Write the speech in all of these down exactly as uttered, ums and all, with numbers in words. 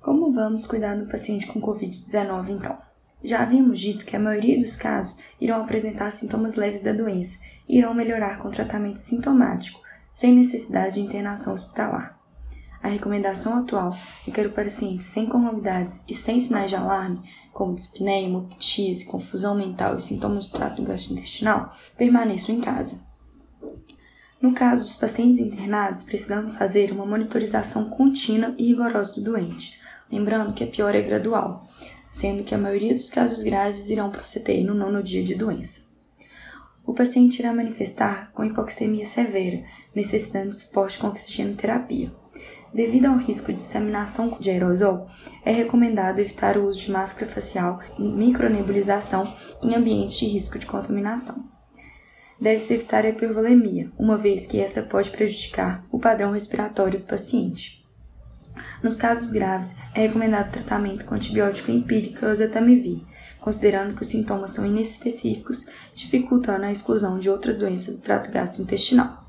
Como vamos cuidar do paciente com covid dezenove, então? Já havíamos dito que a maioria dos casos irão apresentar sintomas leves da doença e irão melhorar com tratamento sintomático, sem necessidade de internação hospitalar. A recomendação atual é que o paciente sem comorbidades e sem sinais de alarme, como dispneia, hemoptise, confusão mental e sintomas do trato gastrointestinal, permaneçam em casa. No caso dos pacientes internados, precisamos fazer uma monitorização contínua e rigorosa do doente, lembrando que a piora é gradual, sendo que a maioria dos casos graves irão proceder no nono dia de doença. O paciente irá manifestar com hipoxemia severa, necessitando de suporte com oxigenoterapia. Devido ao risco de disseminação de aerosol, é recomendado evitar o uso de máscara facial e micronebulização em ambientes de risco de contaminação. Deve-se evitar a hipervolemia, uma vez que essa pode prejudicar o padrão respiratório do paciente. Nos casos graves, é recomendado tratamento com antibiótico empírico e oseltamivir, considerando que os sintomas são inespecíficos, dificultando a exclusão de outras doenças do trato gastrointestinal.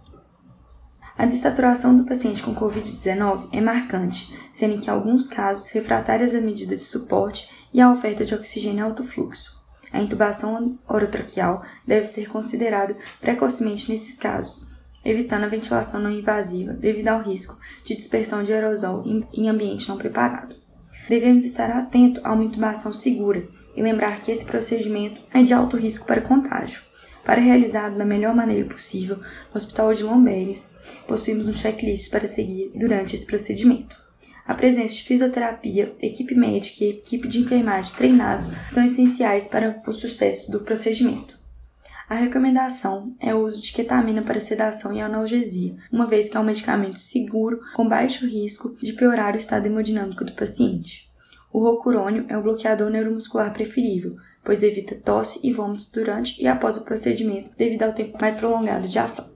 A dessaturação do paciente com covid dezenove é marcante, sendo que em alguns casos refratárias à medida de suporte e à oferta de oxigênio alto fluxo. A intubação orotraqueal deve ser considerada precocemente nesses casos, evitando a ventilação não invasiva devido ao risco de dispersão de aerosol em ambiente não preparado. Devemos estar atentos a uma intubação segura e lembrar que esse procedimento é de alto risco para contágio. Para realizado da melhor maneira possível, no Hospital de Lomberes, possuímos um checklist para seguir durante esse procedimento. A presença de fisioterapia, equipe médica e equipe de enfermagem treinados são essenciais para o sucesso do procedimento. A recomendação é o uso de ketamina para sedação e analgesia, uma vez que é um medicamento seguro com baixo risco de piorar o estado hemodinâmico do paciente. O rocurônio é o bloqueador neuromuscular preferível, pois evita tosse e vômitos durante e após o procedimento devido ao tempo mais prolongado de ação.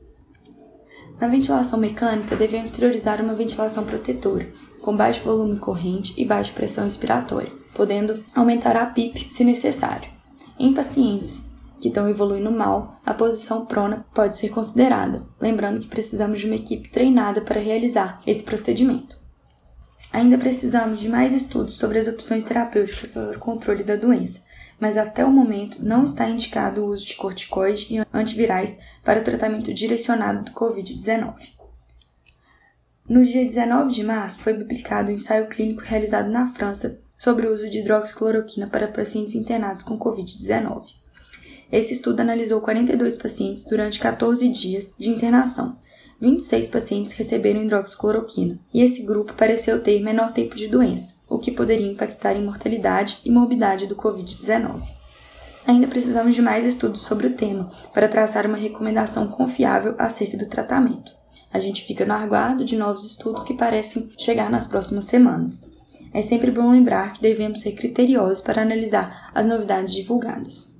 Na ventilação mecânica, devemos priorizar uma ventilação protetora, com baixo volume corrente e baixa pressão expiratória, podendo aumentar a P I P se necessário. Em pacientes que estão evoluindo mal, a posição prona pode ser considerada, lembrando que precisamos de uma equipe treinada para realizar esse procedimento. Ainda precisamos de mais estudos sobre as opções terapêuticas para o controle da doença, mas até o momento não está indicado o uso de corticoides e antivirais para o tratamento direcionado do covid dezenove. No dia dezenove de março, foi publicado um ensaio clínico realizado na França sobre o uso de hidroxicloroquina para pacientes internados com covid dezenove. Esse estudo analisou quarenta e dois pacientes durante quatorze dias de internação. vinte e seis pacientes receberam hidroxicloroquina, e esse grupo pareceu ter menor tempo de doença, o que poderia impactar em mortalidade e morbidade do covid dezenove. Ainda precisamos de mais estudos sobre o tema para traçar uma recomendação confiável acerca do tratamento. A gente fica no aguardo de novos estudos que parecem chegar nas próximas semanas. É sempre bom lembrar que devemos ser criteriosos para analisar as novidades divulgadas.